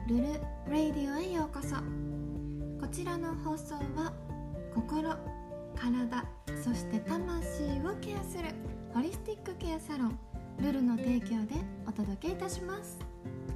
ルルラディオへようこそ。こちらの放送は心、体、そして魂をケアするホリスティックケアサロンルルの提供でお届けいたします。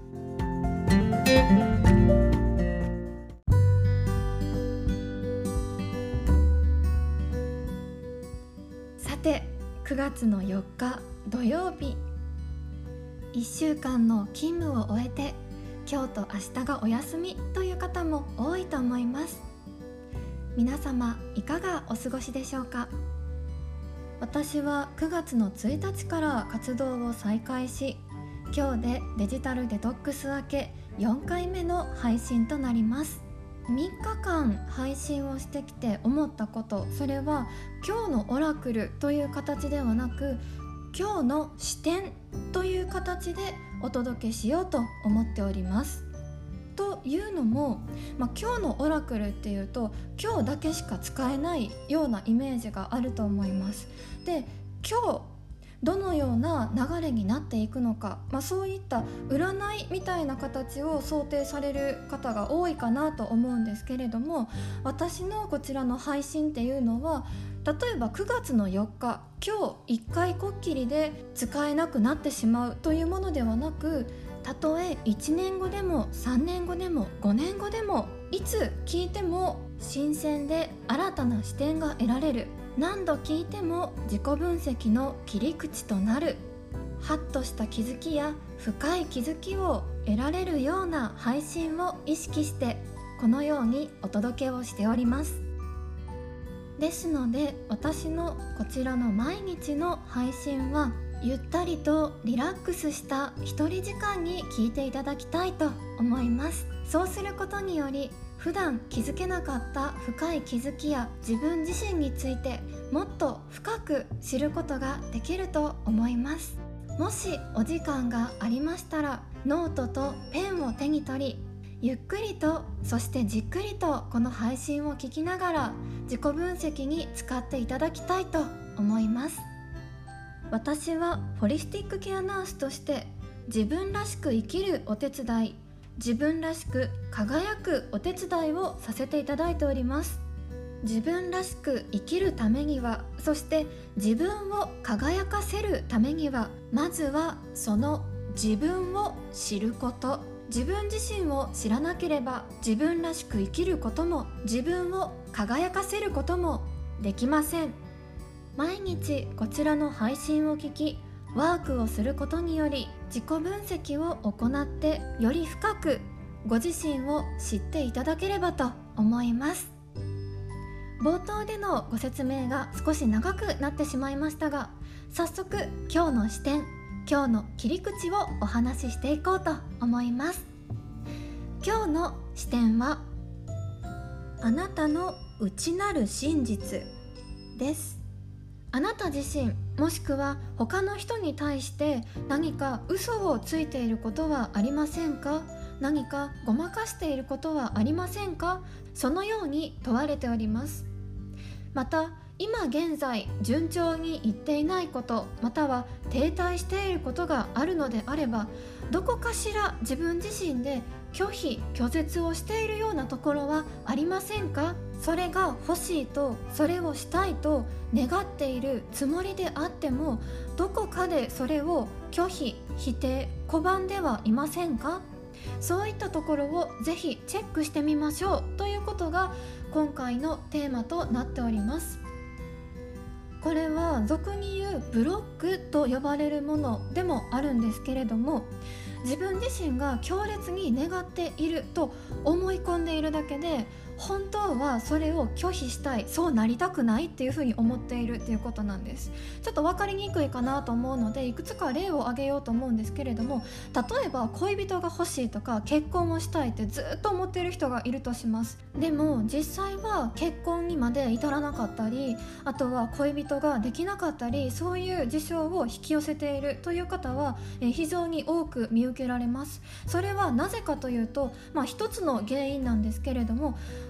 さて、9月の4日土曜日、1週間の勤務を終えて今日と明日がお休みという方も多いと思います。皆様いかがお過ごしでしょうか。私は9月の1日から活動を再開し、今日でデジタルデトックス明け4回目の配信となります。3日間配信をしてきて思ったこと、それは今日のオラクルという形ではなく、今日の視点という形でお届けしようと思っております。というのも、今日のオラクルっていうと今日だけしか使えないようなイメージがあると思います。で、今日どのような流れになっていくのか、そういった占いみたいな形を想定される方が多いかなと思うんですけれども、私のこちらの配信っていうのは、例えば9月の4日、今日1回こっきりで使えなくなってしまうというものではなく、たとえ1年後でも3年後でも5年後でも、いつ聞いても新鮮で新たな視点が得られる、何度聞いても自己分析の切り口となる、ハッとした気づきや深い気づきを得られるような配信を意識して、このようにお届けをしております。ですので、私のこちらの毎日の配信はゆったりとリラックスした一人時間に聞いていただきたいと思います。そうすることにより、普段気づけなかった深い気づきや自分自身についてもっと深く知ることができると思います。もしお時間がありましたら、ノートとペンを手に取り、ゆっくりと、そしてじっくりとこの配信を聞きながら自己分析に使っていただきたいと思います。私はホリスティックケアナースとして自分らしく生きるお手伝い、自分らしく輝くお手伝いをさせていただいております。自分らしく生きるためには、そして自分を輝かせるためには、まずはその自分を知ること。自分自身を知らなければ、自分らしく生きることも自分を輝かせることもできません。毎日こちらの配信を聞き、ワークをすることにより自己分析を行って、より深くご自身を知っていただければと思います。冒頭でのご説明が少し長くなってしまいましたが、早速今日の視点、今日の切り口をお話ししていこうと思います。今日の視点は、あなたの内なる真実です。あなた自身、もしくは他の人に対して何か嘘をついていることはありませんか？何かごまかしていることはありませんか？そのように問われております。また、今現在順調にいっていないこと、または停滞していることがあるのであれば、どこかしら自分自身で拒否拒絶をしているようなところはありませんか？それが欲しいと、それをしたいと願っているつもりであっても、どこかでそれを拒否否定拒んではいませんか？そういったところをぜひチェックしてみましょうということが今回のテーマとなっております。これは俗に言うブロックと呼ばれるものでもあるんですけれども、自分自身が強烈に願っていると思い込んでいるだけで、本当はそれを拒否したい、そうなりたくないっていうふうに思っているっていうことなんです。ちょっと分かりにくいかなと思うので、いくつか例を挙げようと思うんですけれども、例えば恋人が欲しいとか結婚をしたいってずっと思っている人がいるとします。でも実際は結婚にまで至らなかったり、あとは恋人ができなかったり、そういう事象を引き寄せているという方は非常に多く見受けられます。それはなぜかというと、一つの原因なんですけれども、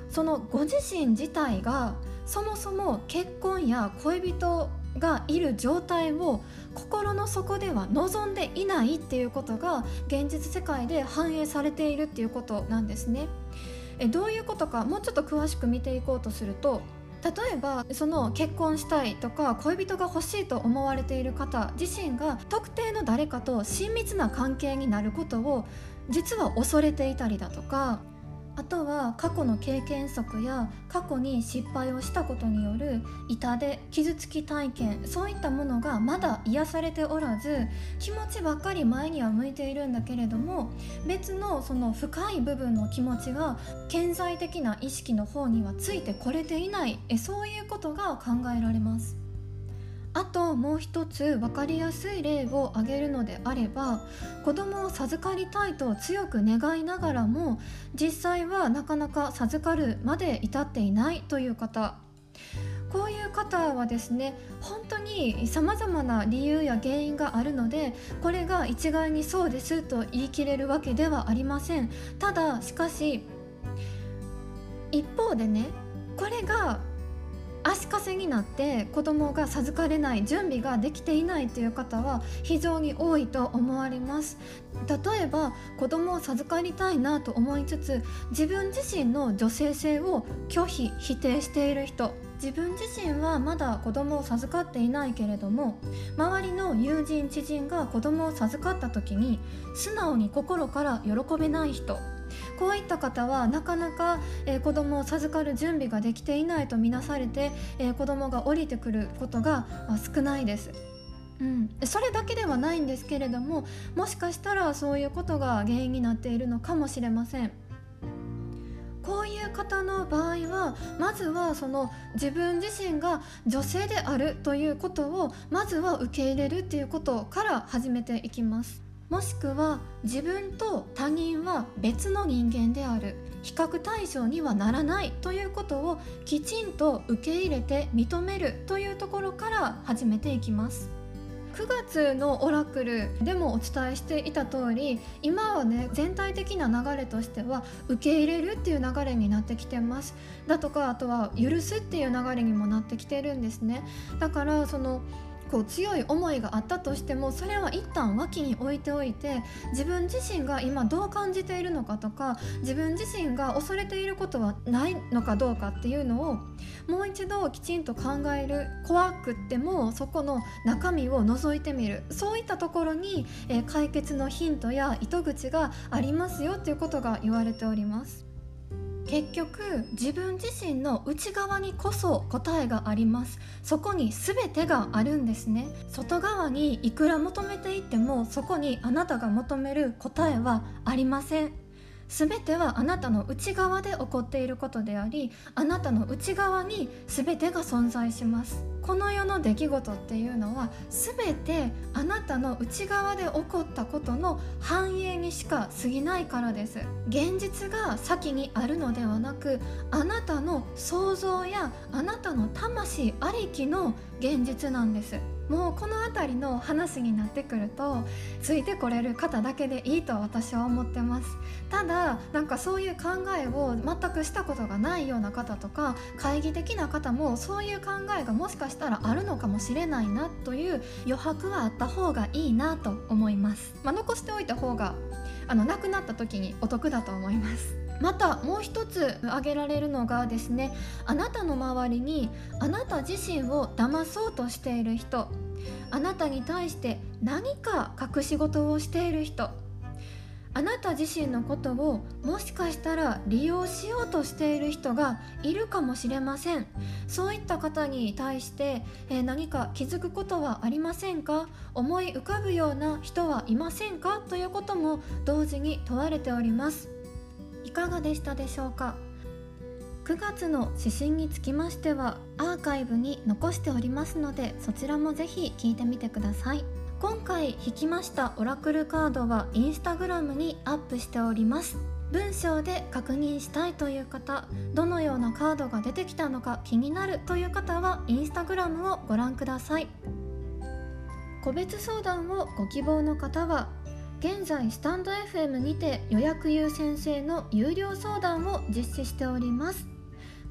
そのご自身自体がそもそも結婚や恋人がいる状態を心の底では望んでいないっていうことが現実世界で反映されているっていうことなんですね。どういうことかもうちょっと詳しく見ていこうとすると、例えばその結婚したいとか恋人が欲しいと思われている方自身が特定の誰かと親密な関係になることを実は恐れていたりだとか、あとは過去の経験則や過去に失敗をしたことによる痛手、傷つき体験、そういったものがまだ癒されておらず、気持ちばっかり前には向いているんだけれども、別のその深い部分の気持ちが顕在的な意識の方にはついてこれていない、そういうことが考えられます。あともう一つ分かりやすい例を挙げるのであれば、子供を授かりたいと強く願いながらも実際はなかなか授かるまで至っていないという方、こういう方はですね、本当に様々な理由や原因があるので、これが一概にそうですと言い切れるわけではありません。ただしかし一方でね、これが足かせになって子供が授かれない、準備ができていないという方は非常に多いと思われます。例えば子供を授かりたいなと思いつつ自分自身の女性性を拒否否定している人、自分自身はまだ子供を授かっていないけれども周りの友人知人が子供を授かった時に素直に心から喜べない人、こういった方はなかなか、子供を授かる準備ができていないとみなされて、子供が降りてくることが少ないです。それだけではないんですけれども、もしかしたらそういうことが原因になっているのかもしれません。こういう方の場合はまずはその自分自身が女性であるということをまずは受け入れるっていうことから始めていきます。もしくは自分と他人は別の人間である、比較対象にはならないということをきちんと受け入れて認めるというところから始めていきます。9月のオラクルでもお伝えしていた通り、今はね全体的な流れとしては受け入れるっていう流れになってきてますだとか、あとは許すっていう流れにもなってきてるんですね。だからその強い思いがあったとしてもそれは一旦脇に置いておいて、自分自身が今どう感じているのかとか、自分自身が恐れていることはないのかどうかっていうのをもう一度きちんと考える。怖くってもそこの中身を覗いてみる、そういったところに、解決のヒントや糸口がありますよということが言われております。結局自分自身の内側にこそ答えがあります。そこに全てがあるんですね。外側にいくら求めていってもそこにあなたが求める答えはありません。全てはあなたの内側で起こっていることであり、あなたの内側に全てが存在します。この世の出来事っていうのは全てあなたの内側で起こったことの反映にしか過ぎないからです。現実が先にあるのではなく、あなたの想像やあなたの魂ありきの現実なんです。もうこの辺りの話になってくるとついてこれる方だけでいいと私は思ってます。ただそういう考えを全くしたことがないような方とか懐疑的な方もそういう考えがもしかしたらあるのかもしれないなという余白はあった方がいいなと思います。残しておいた方が亡くなった時にお得だと思います。またもう一つ挙げられるのがですね、あなたの周りにあなた自身を騙そうとしている人、あなたに対して何か隠し事をしている人、あなた自身のことをもしかしたら利用しようとしている人がいるかもしれません。そういった方に対して、何か気づくことはありませんか？思い浮かぶような人はいませんか？ということも同時に問われております。いかがでしたでしょうか。9月の指針につきましてはアーカイブに残しておりますので、そちらもぜひ聞いてみてください。今回引きましたオラクルカードはインスタグラムにアップしております。文章で確認したいという方、どのようなカードが出てきたのか気になるという方はインスタグラムをご覧ください。個別相談をご希望の方は現在スタンド FM にて予約優先制の有料相談を実施しております。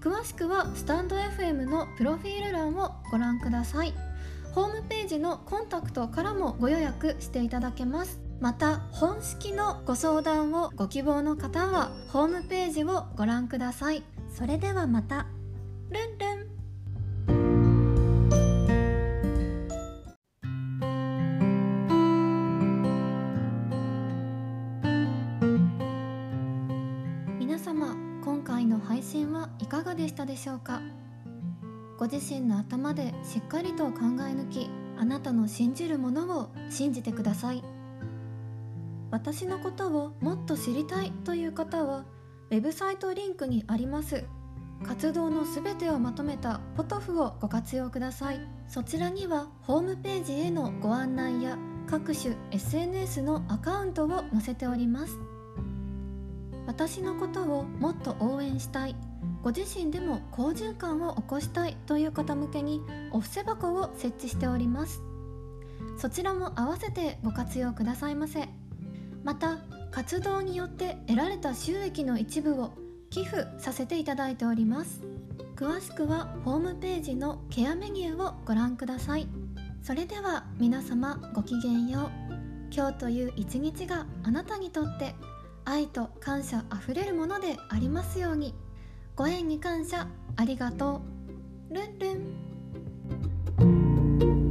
詳しくはスタンド FM のプロフィール欄をご覧ください。ホームページのコンタクトからもご予約していただけます。また本式のご相談をご希望の方はホームページをご覧ください。それではまた。ルンルン。皆様、今回の配信はいかがでしたでしょうか。ご自身の頭でしっかりと考え抜き、あなたの信じるものを信じてください。私のことをもっと知りたいという方は、ウェブサイトリンクにあります活動のすべてをまとめたポトフをご活用ください。そちらにはホームページへのご案内や各種 SNS のアカウントを載せております。私のことをもっと応援したい、ご自身でも好循環を起こしたいという方向けにお布施箱を設置しております。そちらも合わせてご活用くださいませ。また活動によって得られた収益の一部を寄付させていただいております。詳しくはホームページのケアメニューをご覧ください。それでは皆様ごきげんよう。今日という一日があなたにとって愛と感謝あふれるものでありますように。ご縁に感謝、ありがとう。ルンルン。